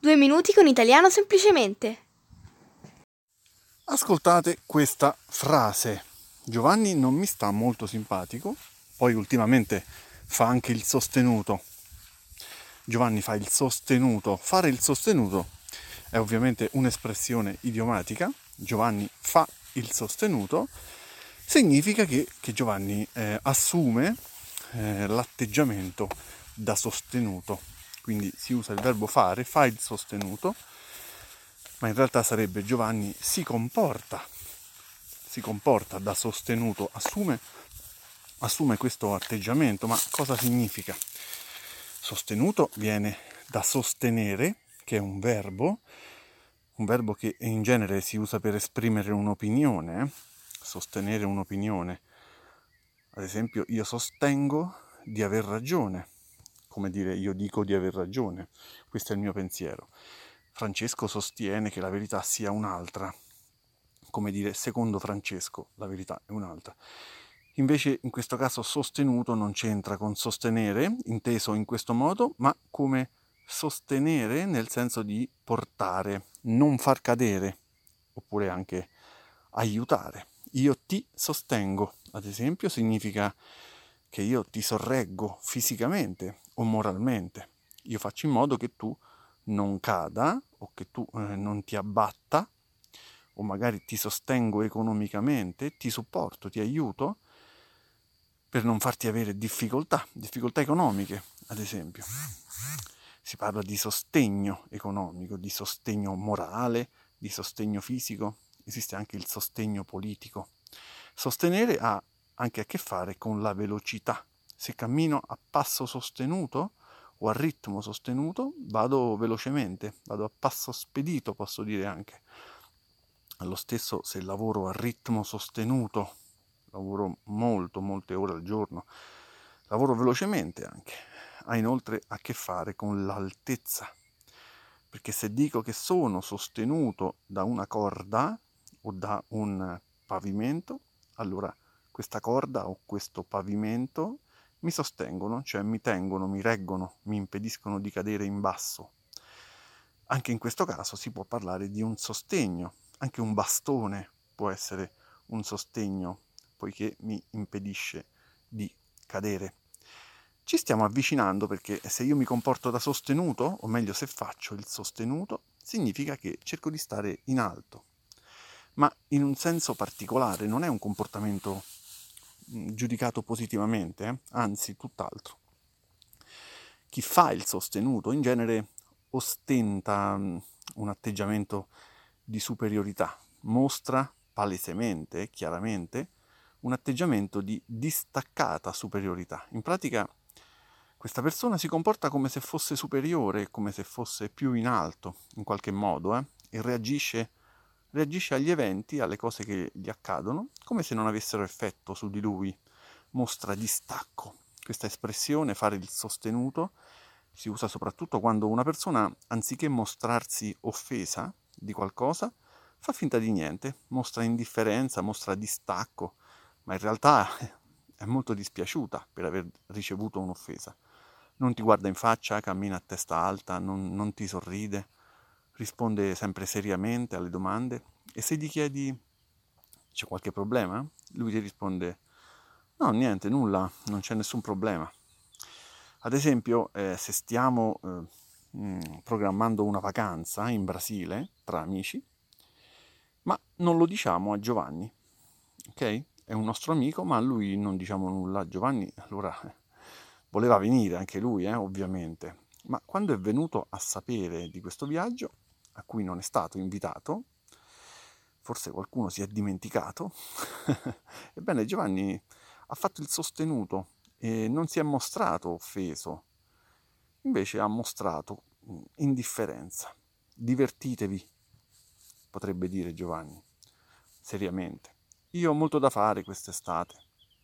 2 minuti con italiano semplicemente. Ascoltate questa frase. Giovanni non mi sta molto simpatico, poi ultimamente fa anche il sostenuto. Giovanni fa il sostenuto. Fare il sostenuto è ovviamente un'espressione idiomatica. Giovanni fa il sostenuto. Significa che Giovanni assume l'atteggiamento da sostenuto. Quindi si usa il verbo fare, fa il sostenuto, ma in realtà sarebbe Giovanni si comporta da sostenuto, assume questo atteggiamento. Ma cosa significa? Sostenuto viene da sostenere, che è un verbo che in genere si usa per esprimere un'opinione, sostenere un'opinione. Ad esempio, io sostengo di aver ragione, come dire io dico di aver ragione, questo è il mio pensiero. Francesco sostiene che la verità sia un'altra, come dire secondo Francesco la verità è un'altra. Invece in questo caso sostenuto non c'entra con sostenere, inteso in questo modo, ma come sostenere nel senso di portare, non far cadere, oppure anche aiutare. Io ti sostengo, ad esempio, significa che io ti sorreggo fisicamente o moralmente. Io faccio in modo che tu non cada o che tu non ti abbatta, o magari ti sostengo economicamente, ti supporto, ti aiuto per non farti avere difficoltà economiche, ad esempio. Si parla di sostegno economico, di sostegno morale, di sostegno fisico, esiste anche il sostegno politico. Sostenere ha anche a che fare con la velocità. Se cammino a passo sostenuto o a ritmo sostenuto, vado velocemente, vado a passo spedito, posso dire anche. Allo stesso se lavoro a ritmo sostenuto, lavoro molte ore al giorno, lavoro velocemente anche, ha inoltre a che fare con l'altezza, perché se dico che sono sostenuto da una corda o da un pavimento, allora questa corda o questo pavimento mi sostengono, cioè mi tengono, mi reggono, mi impediscono di cadere in basso. Anche in questo caso si può parlare di un sostegno, anche un bastone può essere un sostegno, poiché mi impedisce di cadere. Ci stiamo avvicinando perché se io mi comporto da sostenuto, o meglio se faccio il sostenuto, significa che cerco di stare in alto, ma in un senso particolare, non è un comportamento giudicato positivamente, anzi tutt'altro. Chi fa il sostenuto in genere ostenta un atteggiamento di superiorità, mostra palesemente, chiaramente, un atteggiamento di distaccata superiorità. In pratica questa persona si comporta come se fosse superiore, come se fosse più in alto, in qualche modo, e reagisce agli eventi, alle cose che gli accadono, come se non avessero effetto su di lui, mostra distacco. Questa espressione, fare il sostenuto, si usa soprattutto quando una persona, anziché mostrarsi offesa di qualcosa, fa finta di niente, mostra indifferenza, mostra distacco, ma in realtà è molto dispiaciuta per aver ricevuto un'offesa. Non ti guarda in faccia, cammina a testa alta, non ti sorride, risponde sempre seriamente alle domande e se gli chiedi c'è qualche problema, lui ti risponde no, niente, nulla, non c'è nessun problema. Ad esempio, se stiamo programmando una vacanza in Brasile tra amici, ma non lo diciamo a Giovanni, ok? È un nostro amico, ma a lui non diciamo nulla. A Giovanni allora voleva venire anche lui, ovviamente, ma quando è venuto a sapere di questo viaggio, a cui non è stato invitato, forse qualcuno si è dimenticato, ebbene Giovanni ha fatto il sostenuto e non si è mostrato offeso, invece ha mostrato indifferenza. Divertitevi, potrebbe dire Giovanni, seriamente. Io ho molto da fare quest'estate.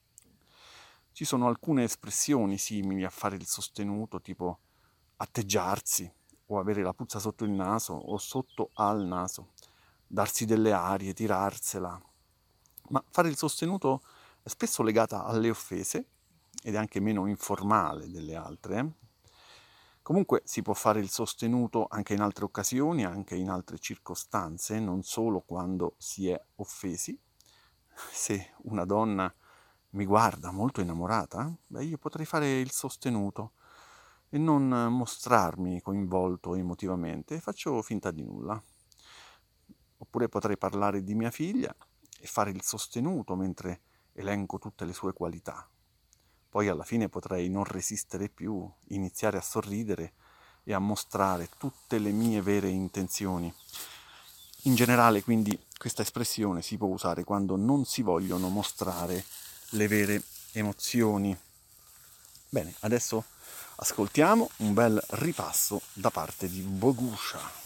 Ci sono alcune espressioni simili a fare il sostenuto, tipo atteggiarsi, o avere la puzza sotto il naso o sotto al naso, darsi delle arie, tirarsela. Ma fare il sostenuto è spesso legata alle offese ed è anche meno informale delle altre. Comunque si può fare il sostenuto anche in altre occasioni, anche in altre circostanze, non solo quando si è offesi. Se una donna mi guarda molto innamorata, beh, io potrei fare il sostenuto e non mostrarmi coinvolto emotivamente, faccio finta di nulla. Oppure potrei parlare di mia figlia e fare il sostenuto mentre elenco tutte le sue qualità. Poi alla fine potrei non resistere più, iniziare a sorridere e a mostrare tutte le mie vere intenzioni. In generale, quindi, questa espressione si può usare quando non si vogliono mostrare le vere emozioni. Bene, adesso ascoltiamo un bel ripasso da parte di Bogusha.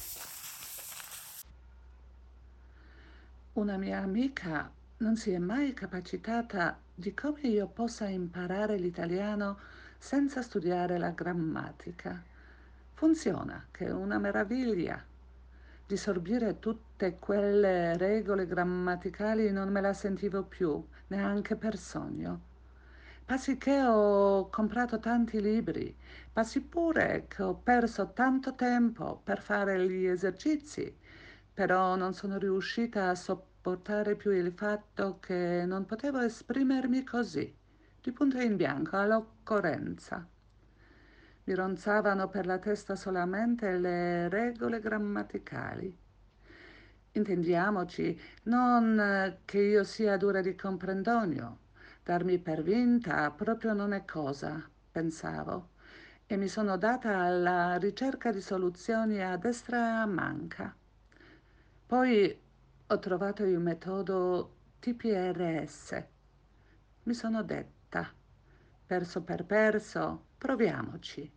Una mia amica non si è mai capacitata di come io possa imparare l'italiano senza studiare la grammatica. Funziona, che è una meraviglia. Disorbire tutte quelle regole grammaticali non me la sentivo più, neanche per sogno. Passi che ho comprato tanti libri, passi pure che ho perso tanto tempo per fare gli esercizi, però non sono riuscita a sopportare più il fatto che non potevo esprimermi così, di punto in bianco, all'occorrenza. Mi ronzavano per la testa solamente le regole grammaticali. Intendiamoci, non che io sia dura di comprendonio. Darmi per vinta proprio non è cosa, pensavo, e mi sono data alla ricerca di soluzioni a destra e a manca. Poi ho trovato il metodo TPRS. Mi sono detta, perso per perso, proviamoci.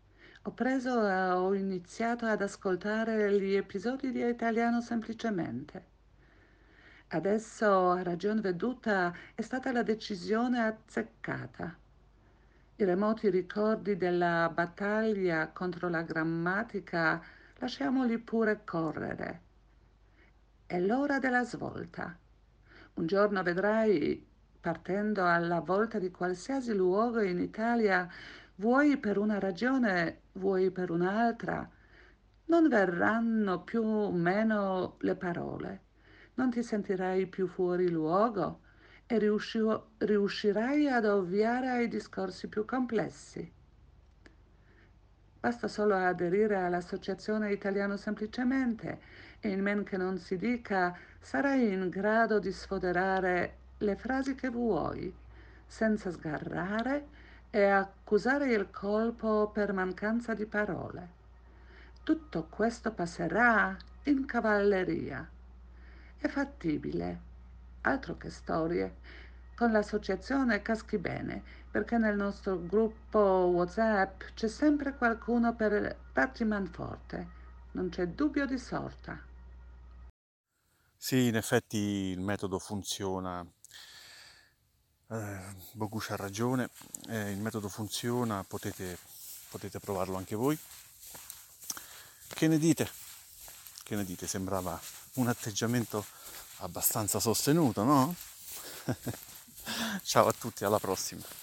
Ho iniziato ad ascoltare gli episodi di Italiano semplicemente. Adesso, a ragion veduta, è stata la decisione azzeccata. I remoti ricordi della battaglia contro la grammatica lasciamoli pure correre. È l'ora della svolta. Un giorno vedrai, partendo alla volta di qualsiasi luogo in Italia, vuoi per una ragione, vuoi per un'altra, non verranno più o meno le parole. Non ti sentirai più fuori luogo e riuscirai ad ovviare ai discorsi più complessi. Basta solo aderire all'Associazione Italiano semplicemente e in men che non si dica sarai in grado di sfoderare le frasi che vuoi, senza sgarrare e accusare il colpo per mancanza di parole. Tutto questo passerà in cavalleria. È fattibile, altro che storie. Con l'associazione caschi bene, perché nel nostro gruppo WhatsApp c'è sempre qualcuno per darti manforte. Non c'è dubbio di sorta. Sì, in effetti il metodo funziona. Bogush ha ragione, il metodo funziona, potete provarlo anche voi. Che ne dite? Che ne dite? Sembrava un atteggiamento abbastanza sostenuto, no? Ciao a tutti, alla prossima.